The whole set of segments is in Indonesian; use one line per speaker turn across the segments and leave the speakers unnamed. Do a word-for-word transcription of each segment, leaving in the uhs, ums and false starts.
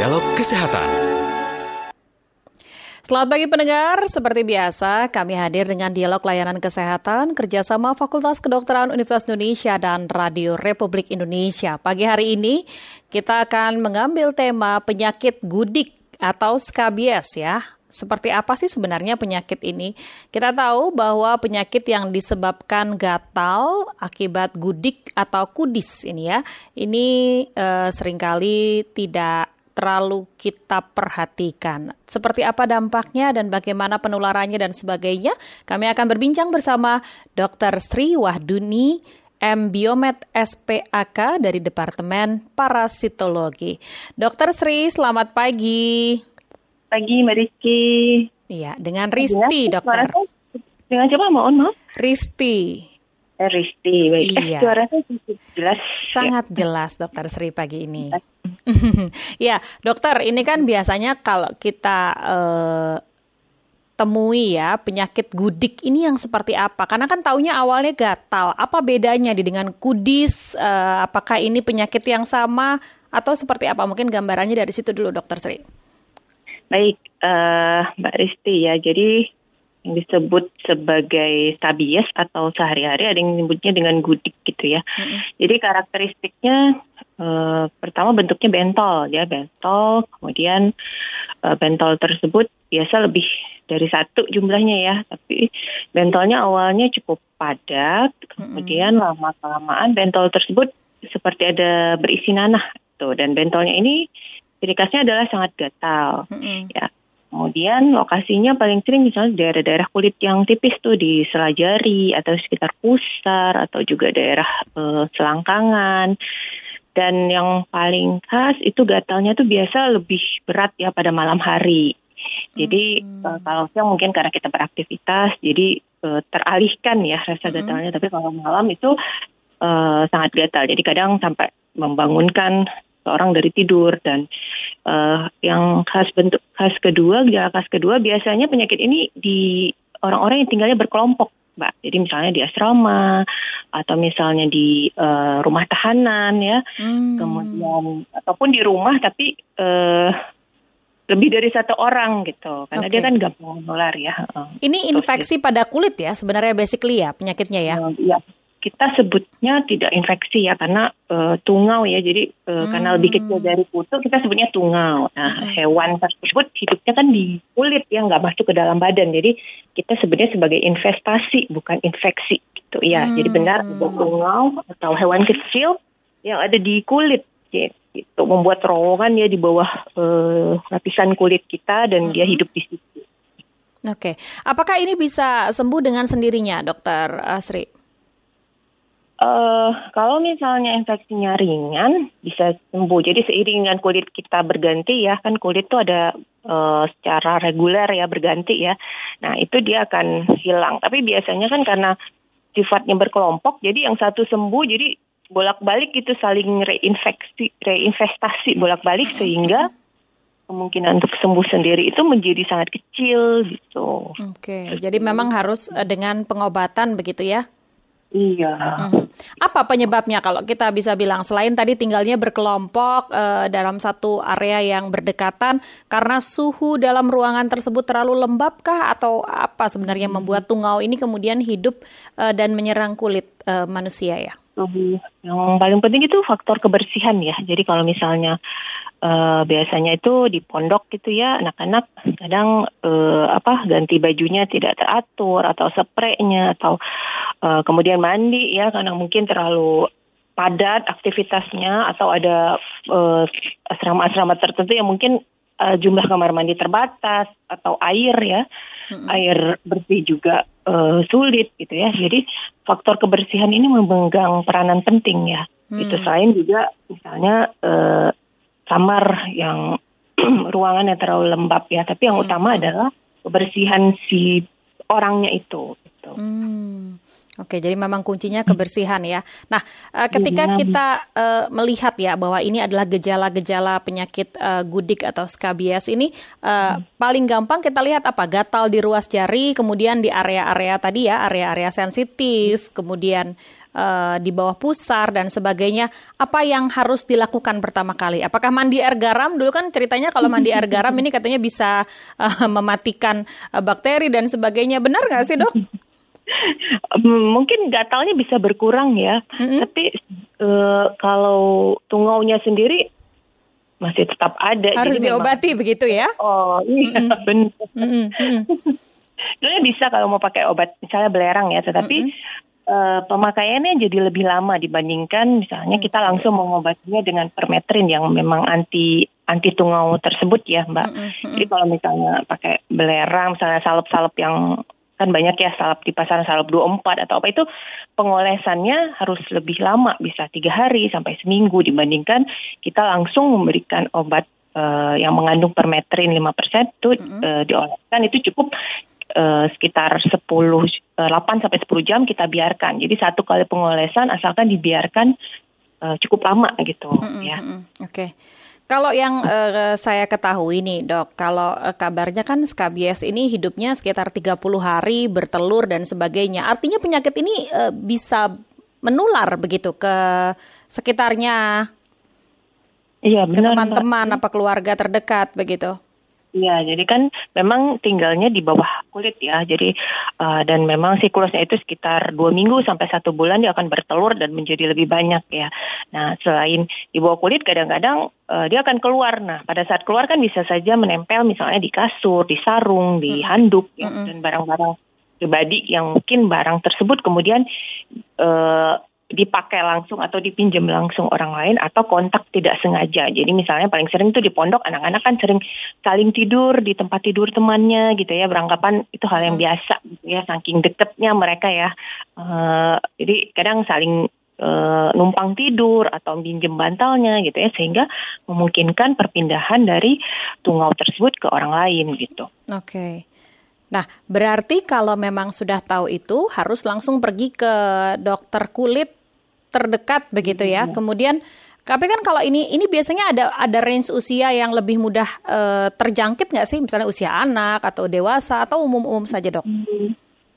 Dialog Kesehatan.
Selamat pagi pendengar, seperti biasa kami hadir dengan Dialog Layanan Kesehatan kerjasama Fakultas Kedokteran Universitas Indonesia dan Radio Republik Indonesia. Pagi hari ini kita akan mengambil tema penyakit gudik atau skabies ya. Seperti apa sih sebenarnya penyakit ini? Kita tahu bahwa penyakit yang disebabkan gatal akibat gudik atau kudis ini ya, ini eh, seringkali tidak terlalu kita perhatikan. Seperti apa dampaknya dan bagaimana penularannya dan sebagainya, kami akan berbincang bersama dokter Sri Wahduni, M. Biomed S P A K dari Departemen Parasitologi. dokter Sri, selamat pagi.
Pagi, Mbak Rizky.
Iya, dengan Risti,
ya,
dokter.
Dengan siapa, mohon maaf?
Risti.
Eh, Risti, baik.
Iya.
Eh, suaranya jelas.
Sangat
ya.
jelas, dokter Sri, pagi ini. Ya, dokter, ini kan biasanya kalau kita eh, temui ya penyakit gudik ini yang seperti apa? Karena kan taunya awalnya gatal. Apa bedanya di dengan kudis? Eh, apakah ini penyakit yang sama atau seperti apa? Mungkin gambarannya dari situ dulu, dokter Sri.
Baik, uh, Mbak Risti ya. Jadi yang disebut sebagai skabies atau sehari-hari ada yang menyebutnya dengan gudik gitu ya. Mm-hmm. Jadi karakteristiknya uh, pertama bentuknya bentol ya, bentol. Kemudian uh, bentol tersebut biasa lebih dari satu jumlahnya ya, tapi bentolnya awalnya cukup padat. Kemudian mm-hmm. lama-kelamaan bentol tersebut seperti ada berisi nanah tuh, dan bentolnya ini ciri khasnya adalah sangat gatal, mm-hmm. ya. Kemudian lokasinya paling sering misalnya daerah-daerah kulit yang tipis tuh di sela jari atau sekitar pusar atau juga daerah e, selangkangan. Dan yang paling khas itu gatalnya tuh biasa lebih berat ya pada malam hari. Jadi mm-hmm. e, kalau siang mungkin karena kita beraktivitas, jadi e, teralihkan ya rasa mm-hmm. gatalnya. Tapi kalau malam itu e, sangat gatal. Jadi kadang sampai membangunkan orang dari tidur. Dan uh, yang khas bentuk khas kedua, gejala khas kedua biasanya penyakit ini di orang-orang yang tinggalnya berkelompok, Mbak. Jadi misalnya di asrama atau misalnya di uh, rumah tahanan ya, hmm. kemudian ataupun di rumah tapi uh, lebih dari satu orang gitu, karena okay. dia kan gampang menular ya.
Ini infeksi pada kulit ya sebenarnya basically ya penyakitnya ya? Uh, iya.
Kita sebutnya tidak infeksi ya karena uh, tungau ya, jadi uh, hmm. karena lebih kecil dari kutu kita sebutnya tungau. Nah hmm. hewan tersebut hidupnya kan di kulit ya, nggak masuk ke dalam badan, jadi kita sebutnya sebagai infestasi bukan infeksi gitu ya. Hmm. Jadi benar ada tungau atau hewan kecil yang ada di kulit gitu, membuat terowongan ya di bawah uh, lapisan kulit kita dan hmm. dia hidup di situ.
Oke, apakah ini bisa sembuh dengan sendirinya, dokter Sri?
Uh, kalau misalnya infeksinya ringan bisa sembuh. Jadi seiring dengan kulit kita berganti ya, kan kulit itu ada uh, secara reguler ya berganti ya. Nah itu dia akan hilang. Tapi biasanya kan karena sifatnya berkelompok, jadi yang satu sembuh, jadi bolak-balik itu saling reinfeksi, reinvestasi bolak-balik sehingga kemungkinan untuk sembuh sendiri itu menjadi sangat kecil gitu.
Oke, jadi memang harus uh, dengan pengobatan begitu ya?
Iya.
Hmm. Apa penyebabnya kalau kita bisa bilang selain tadi tinggalnya berkelompok e, dalam satu area yang berdekatan karena suhu dalam ruangan tersebut terlalu lembabkah atau apa sebenarnya hmm. membuat tungau ini kemudian hidup e, dan menyerang kulit e, manusia ya?
Uh, yang paling penting itu faktor kebersihan ya. Jadi kalau misalnya uh, biasanya itu di pondok gitu ya, anak-anak kadang uh, apa ganti bajunya tidak teratur atau spraynya atau uh, kemudian mandi ya karena mungkin terlalu padat aktivitasnya atau ada uh, asrama-asrama tertentu yang mungkin uh, jumlah kamar mandi terbatas atau air ya. Mm-hmm. Air bersih juga uh, sulit gitu ya. Jadi faktor kebersihan ini memegang peranan penting ya. Mm. Itu selain juga misalnya uh, kamar yang ruangan yang terlalu lembab ya. Tapi yang mm. utama adalah kebersihan si orangnya itu. Gitu.
Mm. Oke, jadi memang kuncinya kebersihan ya. Nah, uh, ketika kita uh, melihat ya bahwa ini adalah gejala-gejala penyakit uh, gudik atau skabies ini, uh, hmm. paling gampang kita lihat apa? Gatal di ruas jari, kemudian di area-area tadi ya, area-area sensitif, kemudian uh, di bawah pusar dan sebagainya, apa yang harus dilakukan pertama kali? Apakah mandi air garam? Dulu kan ceritanya kalau mandi air garam ini katanya bisa uh, mematikan uh, bakteri dan sebagainya. Benar nggak sih, Dok?
Mungkin gatalnya bisa berkurang ya, mm-hmm. tapi uh, kalau tungaunya sendiri masih tetap ada.
Harus
jadi
diobati memang, begitu ya?
Oh iya, mm-hmm. benar.
Mm-hmm.
Sebenarnya bisa kalau mau pakai obat misalnya belerang ya, tetapi mm-hmm. uh, pemakaiannya jadi lebih lama dibandingkan misalnya kita okay. langsung mengobatinya dengan permetrin yang memang anti anti tungau tersebut ya, Mbak. Mm-hmm. Jadi kalau misalnya pakai belerang, misalnya salep-salep yang kan banyak ya salep di pasaran, salep dua puluh empat atau apa, itu pengolesannya harus lebih lama, bisa tiga hari sampai seminggu dibandingkan kita langsung memberikan obat uh, yang mengandung permetrin lima persen itu mm-hmm. uh, dioleskan, itu cukup uh, sekitar sepuluh, delapan sampai sepuluh jam kita biarkan. Jadi satu kali pengolesan asalkan dibiarkan uh, cukup lama gitu mm-hmm. ya.
Oke. Okay. Kalau yang uh, saya ketahui nih, Dok, kalau uh, kabarnya kan skabies ini hidupnya sekitar tiga puluh hari, bertelur dan sebagainya. Artinya penyakit ini uh, bisa menular begitu ke sekitarnya,
iya,
ke
benar,
teman-teman,
Mbak.
apa keluarga terdekat begitu.
Iya, jadi kan memang tinggalnya di bawah kulit ya. Jadi uh, dan memang siklusnya itu sekitar dua minggu sampai satu bulan dia akan bertelur dan menjadi lebih banyak ya. Nah, selain di bawah kulit, kadang-kadang uh, dia akan keluar. Nah, pada saat keluar kan bisa saja menempel misalnya di kasur, di sarung, di handuk ya, mm-hmm. dan barang-barang pribadi yang mungkin barang tersebut kemudian uh, dipakai langsung atau dipinjam langsung orang lain atau kontak tidak sengaja. Jadi misalnya paling sering itu di pondok, anak-anak kan sering saling tidur di tempat tidur temannya gitu ya, beranggapan itu hal yang biasa gitu ya, saking deketnya mereka ya. Uh, jadi kadang saling uh, numpang tidur atau pinjam bantalnya gitu ya, sehingga memungkinkan perpindahan dari tungau tersebut ke orang lain gitu.
Oke. Okay. Nah, berarti kalau memang sudah tahu itu harus langsung pergi ke dokter kulit terdekat begitu ya. Hmm. Kemudian, tapi kan kalau ini ini biasanya ada ada range usia yang lebih mudah uh, terjangkit nggak sih? Misalnya usia anak atau dewasa atau umum-umum saja, Dok?
Hmm.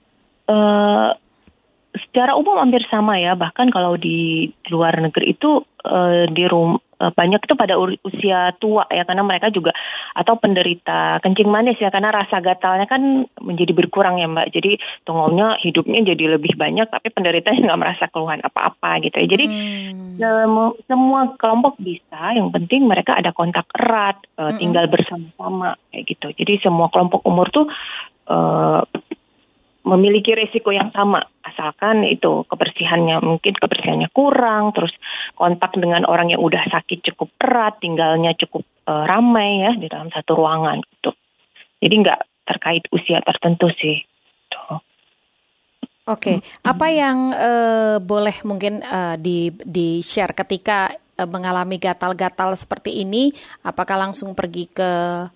Uh, secara umum hampir sama ya. Bahkan kalau di luar negeri itu uh, di rum banyak itu pada usia tua ya, karena mereka juga atau penderita kencing manis ya, karena rasa gatalnya kan menjadi berkurang ya, Mbak. Jadi tungaunya hidupnya jadi lebih banyak, tapi penderitanya nggak merasa keluhan apa-apa gitu ya. Jadi hmm. sem- semua kelompok bisa, yang penting mereka ada kontak erat, uh, hmm. tinggal bersama-sama kayak gitu. Jadi semua kelompok umur tuh uh, memiliki risiko yang sama, asalkan itu kebersihannya, mungkin kebersihannya kurang, terus kontak dengan orang yang udah sakit cukup erat, tinggalnya cukup uh, ramai ya di dalam satu ruangan gitu. Jadi nggak terkait usia tertentu sih. Tuh.
Oke, okay. Apa yang uh, boleh mungkin uh, di di share ketika uh, mengalami gatal-gatal seperti ini? Apakah langsung pergi ke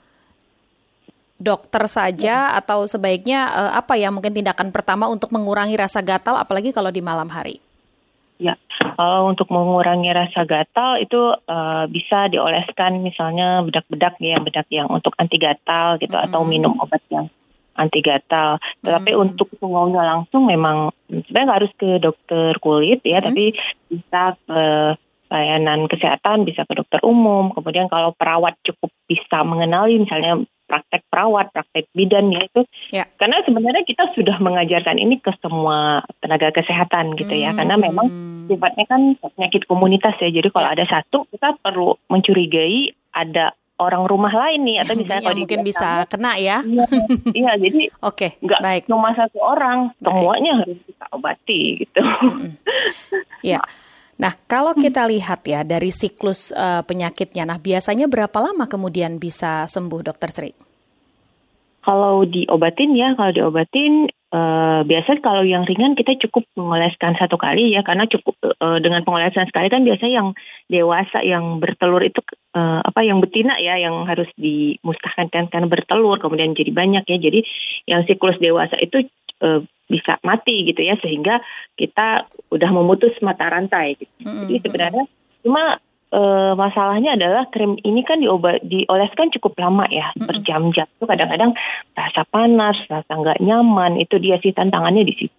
dokter saja atau sebaiknya uh, apa ya mungkin tindakan pertama untuk mengurangi rasa gatal apalagi kalau di malam hari?
Ya, kalau untuk mengurangi rasa gatal itu uh, bisa dioleskan misalnya bedak-bedak ya, bedak yang untuk anti gatal gitu, mm-hmm. atau minum obat yang anti gatal. Tetapi mm-hmm. untuk tungaunya langsung memang sebenarnya nggak harus ke dokter kulit ya, mm-hmm. tapi bisa ke layanan kesehatan, bisa ke dokter umum. Kemudian kalau perawat cukup bisa mengenali misalnya praktek perawat, praktek bidan ya itu. Ya. Karena sebenarnya kita sudah mengajarkan ini ke semua tenaga kesehatan gitu ya. Hmm. Karena memang sifatnya kan penyakit komunitas ya. Jadi kalau ya. ada satu, kita perlu mencurigai ada orang rumah lain nih, atau misalnya kalau
mungkin bisa sama, kena ya.
Iya, iya jadi
oke,
nggak
baik.
cuma satu orang, semuanya harus kita obati gitu.
Iya. Nah, kalau kita lihat ya dari siklus uh, penyakitnya, nah biasanya berapa lama kemudian bisa sembuh, Dokter Sri?
Kalau diobatin ya, kalau diobatin uh, biasanya kalau yang ringan kita cukup mengoleskan satu kali ya, karena cukup uh, dengan pengolesan sekali kan biasanya yang dewasa yang bertelur itu uh, apa yang betina ya yang harus dimusnahkan kan karena bertelur kemudian jadi banyak ya. Jadi yang siklus dewasa itu uh, bisa mati gitu ya, sehingga kita udah memutus mata rantai gitu. Mm-hmm. Jadi sebenarnya cuma e, masalahnya adalah krim ini kan diobat, dioleskan cukup lama ya, mm-hmm. berjam-jam. Itu kadang-kadang rasa panas, rasa nggak nyaman, itu dia sih tantangannya di situ.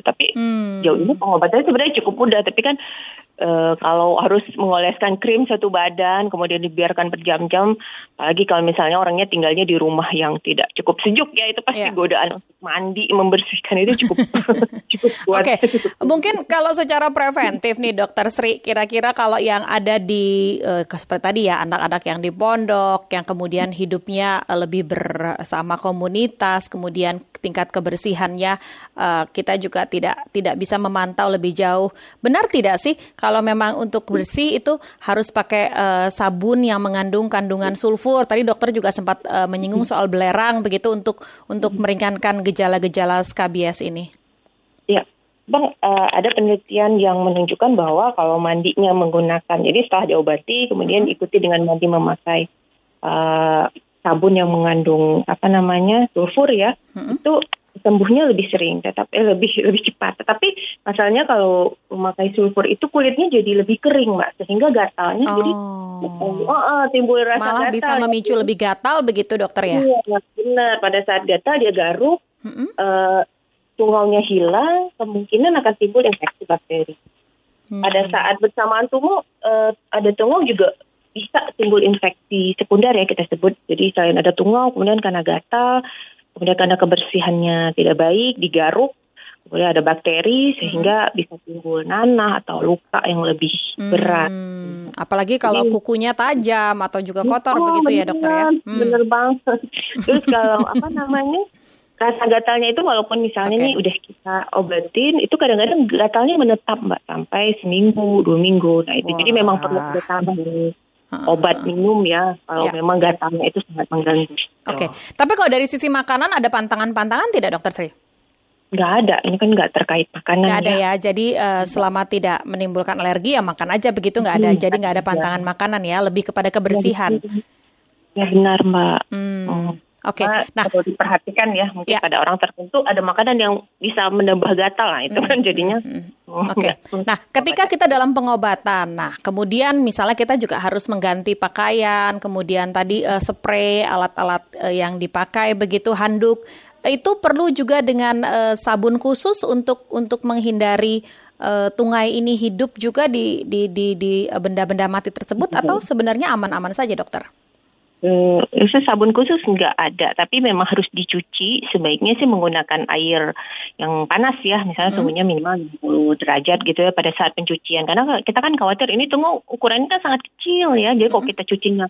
Tapi
Hmm.
jauh ini pengobatannya sebenarnya cukup mudah, tapi kan Uh, kalau harus mengoleskan krim satu badan, kemudian dibiarkan berjam-jam, apalagi kalau misalnya orangnya tinggalnya di rumah yang tidak cukup sejuk, ya itu pasti
Yeah.
godaan untuk mandi, membersihkan itu cukup cukup kuat.
Oke, okay. Mungkin kalau secara preventif nih Dokter Sri, kira-kira kalau yang ada di uh, seperti tadi ya, anak-anak yang di pondok, yang kemudian hidupnya uh, lebih bersama komunitas, kemudian tingkat kebersihannya uh, kita juga tidak tidak bisa memantau lebih jauh. Benar tidak sih kalau memang untuk bersih itu harus pakai uh, sabun yang mengandung kandungan sulfur? Tadi dokter juga sempat uh, menyinggung soal belerang begitu untuk untuk meringankan gejala-gejala skabies ini.
Ya, Bang, uh, ada penelitian yang menunjukkan bahwa kalau mandinya menggunakan, jadi setelah diobati kemudian ikuti dengan mandi memakai uh, sabun yang mengandung apa namanya sulfur ya, hmm. itu sembuhnya lebih sering, tetapi eh, lebih lebih cepat. Tetapi masalahnya kalau memakai sulfur itu kulitnya jadi lebih kering, Mbak, sehingga gatalnya
oh.
jadi oh, oh, timbul rasa
malah
gatal.
Bisa memicu ya. Lebih gatal begitu dokter ya?
Iya, benar. Pada saat gatal dia garuk, mm-hmm. uh, tungaunya hilang, kemungkinan akan timbul infeksi bakteri. Hmm. Pada saat bersamaan tungau, uh, ada tungau juga bisa timbul infeksi sekunder ya kita sebut. Jadi selain ada tungau, kemudian karena gatal, kemudian karena kebersihannya tidak baik, digaruk, kemudian ada bakteri sehingga hmm. bisa timbul nanah atau luka yang lebih berat.
Hmm. Apalagi kalau Jadi, kukunya tajam atau juga kotor
oh,
begitu
bener,
ya dokter ya?
Hmm. Bener banget. Terus kalau apa namanya, rasa gatalnya itu walaupun misalnya okay. nih udah kita obatin, itu kadang-kadang gatalnya menetap Mbak sampai seminggu, dua minggu. Nah itu Wah. Jadi memang perlu kita tambah nih. Obat minum ya, kalau ya. Memang gatalnya itu sangat mengganggu.
Oke, okay. Tapi kalau dari sisi makanan ada pantangan-pantangan tidak dokter Sri?
Nggak ada, ini kan nggak terkait makanan.
Nggak ada ya, ya. Jadi uh, selama tidak menimbulkan alergi ya makan aja begitu, nggak ada. Jadi nggak ada pantangan ya. Makanan ya, lebih kepada kebersihan.
Ya benar Mbak.
Hmm. Hmm. Oke, okay.
Nah perlu diperhatikan ya, mungkin ya. Pada orang tertentu ada makanan yang bisa menambah gatal, nah itu mm, kan jadinya. Mm,
mm. Oke, okay. Nah ketika kita dalam pengobatan, nah kemudian misalnya kita juga harus mengganti pakaian, kemudian tadi uh, spray, alat-alat uh, yang dipakai begitu, handuk, itu perlu juga dengan uh, sabun khusus untuk untuk menghindari uh, tungai ini hidup juga di di di, di uh, benda-benda mati tersebut, mm-hmm. atau sebenarnya aman-aman saja dokter?
Hmm, sabun khusus nggak ada, tapi memang harus dicuci. Sebaiknya sih menggunakan air yang panas ya, misalnya hmm. suhunya minimal enam puluh derajat gitu ya pada saat pencucian. Karena kita kan khawatir ini tunggu ukurannya kan sangat kecil ya, jadi hmm. kalau kita cucinya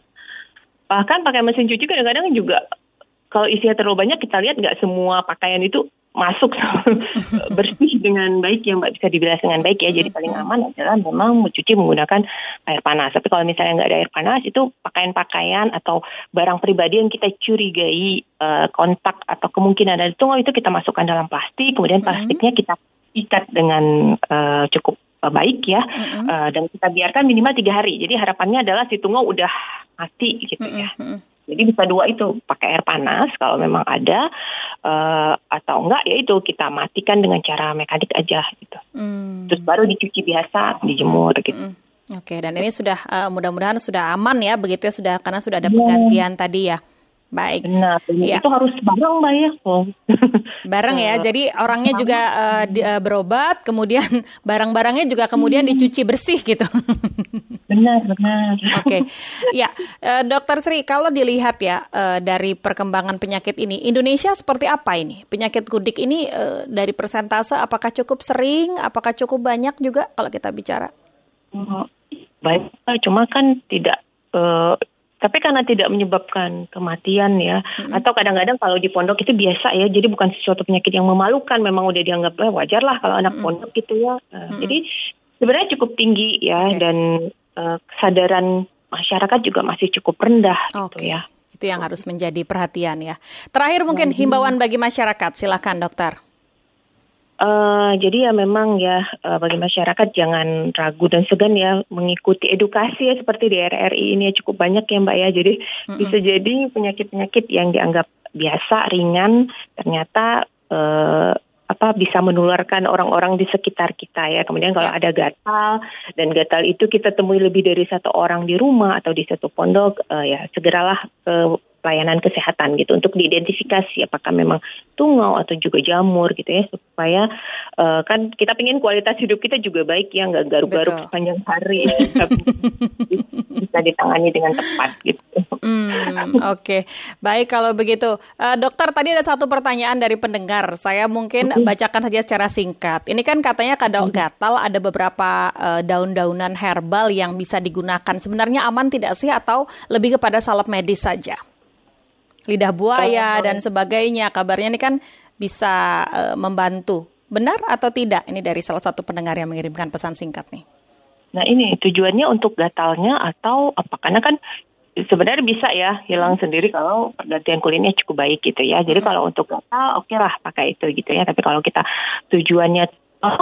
bahkan pakai mesin cuci kadang-kadang juga kalau isinya terlalu banyak kita lihat nggak semua pakaian itu masuk bersih dengan baik ya Mbak, bisa dibilas dengan baik ya. Jadi paling aman adalah memang mencuci menggunakan air panas. Tapi kalau misalnya nggak ada air panas, itu pakaian-pakaian atau barang pribadi yang kita curigai uh, kontak atau kemungkinan ada tungau itu kita masukkan dalam plastik, kemudian plastiknya kita ikat dengan uh, cukup uh, baik ya, mm-hmm. uh, dan kita biarkan minimal tiga hari. Jadi harapannya adalah si tungau udah mati gitu mm-hmm. ya. Jadi bisa dua itu, pakai air panas kalau memang ada, uh, atau enggak ya itu kita matikan dengan cara mekanik aja gitu. Hmm. Terus baru dicuci biasa, dijemur gitu. Hmm.
Oke, dan ini sudah uh, mudah-mudahan sudah aman ya begitu ya, sudah karena sudah ada penggantian ya. Tadi ya. Baik.
Nah, ya. Itu harus bareng Mbak ya. Oh.
Bareng ya, jadi orangnya juga uh, di, uh, berobat, kemudian barang-barangnya juga kemudian dicuci bersih gitu.
Benar, benar.
Oke, okay. Ya, uh, Dokter Sri, kalau dilihat ya uh, dari perkembangan penyakit ini, Indonesia seperti apa ini? Penyakit gudik ini uh, dari persentase apakah cukup sering, apakah cukup banyak juga kalau kita bicara?
Uh, baik, cuma kan tidak... Uh, Tapi karena tidak menyebabkan kematian ya, mm-hmm. atau kadang-kadang kalau di pondok itu biasa ya, jadi bukan sesuatu penyakit yang memalukan, memang udah dianggap eh, wajar lah kalau anak mm-hmm. pondok gitu ya. Uh, mm-hmm. Jadi sebenarnya cukup tinggi ya, okay. dan uh, kesadaran masyarakat juga masih cukup rendah okay. gitu ya.
Itu yang harus menjadi perhatian ya. Terakhir mungkin mm-hmm. himbauan bagi masyarakat, silakan dokter.
Uh, jadi ya memang ya uh, bagi masyarakat jangan ragu dan segan ya mengikuti edukasi ya seperti di R R I ini ya cukup banyak ya Mbak ya. Jadi mm-hmm. bisa jadi penyakit-penyakit yang dianggap biasa, ringan ternyata uh, apa bisa menularkan orang-orang di sekitar kita ya. Kemudian kalau ada gatal dan gatal itu kita temui lebih dari satu orang di rumah atau di satu pondok, uh, ya segeralah ke pelayanan kesehatan gitu untuk diidentifikasi apakah memang tungau atau juga jamur gitu ya, supaya uh, kan kita pengen kualitas hidup kita juga baik ya, nggak garuk-garuk sepanjang hari bisa ditangani dengan tepat gitu.
Hmm, Oke, okay. Baik kalau begitu, uh, dokter tadi ada satu pertanyaan dari pendengar, saya mungkin mm-hmm. bacakan saja secara singkat. Ini kan katanya kalau mm-hmm. gatal ada beberapa uh, daun-daunan herbal yang bisa digunakan. Sebenarnya aman tidak sih atau lebih kepada salep medis saja? Lidah buaya oh, dan sebagainya, kabarnya ini kan bisa uh, membantu. Benar atau tidak? Ini dari salah satu pendengar yang mengirimkan pesan singkat nih. Nah
ini tujuannya untuk gatalnya atau apa? Karena kan sebenarnya bisa ya hilang hmm. sendiri kalau pergantian kulitnya cukup baik gitu ya. Jadi hmm. kalau untuk gatal oke okay lah pakai itu gitu ya. Tapi kalau kita tujuannya oh,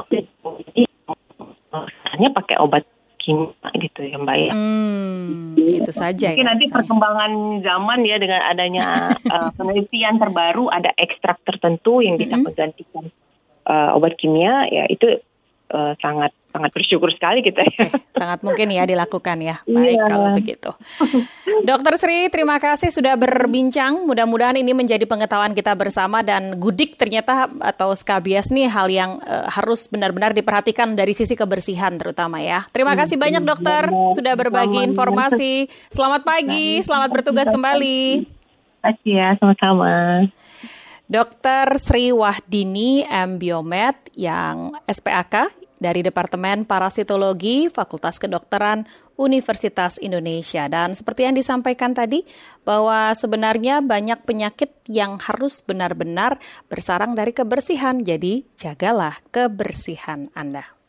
hanya pakai obat kimia gitu ya Mbak ya. Hmm,
itu saja.
Mungkin
ya,
nanti
misalnya.
Perkembangan zaman ya dengan adanya uh, penelitian terbaru ada ekstrak tertentu yang bisa hmm. menggantikan uh, obat kimia ya itu uh, sangat sangat bersyukur sekali kita ya.
Sangat mungkin ya dilakukan ya. Baik yeah. kalau begitu. Dokter Sri, terima kasih sudah berbincang. Mudah-mudahan ini menjadi pengetahuan kita bersama dan gudik ternyata atau skabies nih hal yang uh, harus benar-benar diperhatikan dari sisi kebersihan terutama ya. Terima kasih banyak dokter sudah berbagi informasi. Selamat pagi, selamat bertugas kembali.
Terima kasih ya, sama-sama.
Dokter Sri Wahdini M. Biomed yang S P A K dari Departemen Parasitologi Fakultas Kedokteran Universitas Indonesia. Dan seperti yang disampaikan tadi, bahwa sebenarnya banyak penyakit yang harus benar-benar bersarang dari kebersihan. Jadi, jagalah kebersihan Anda.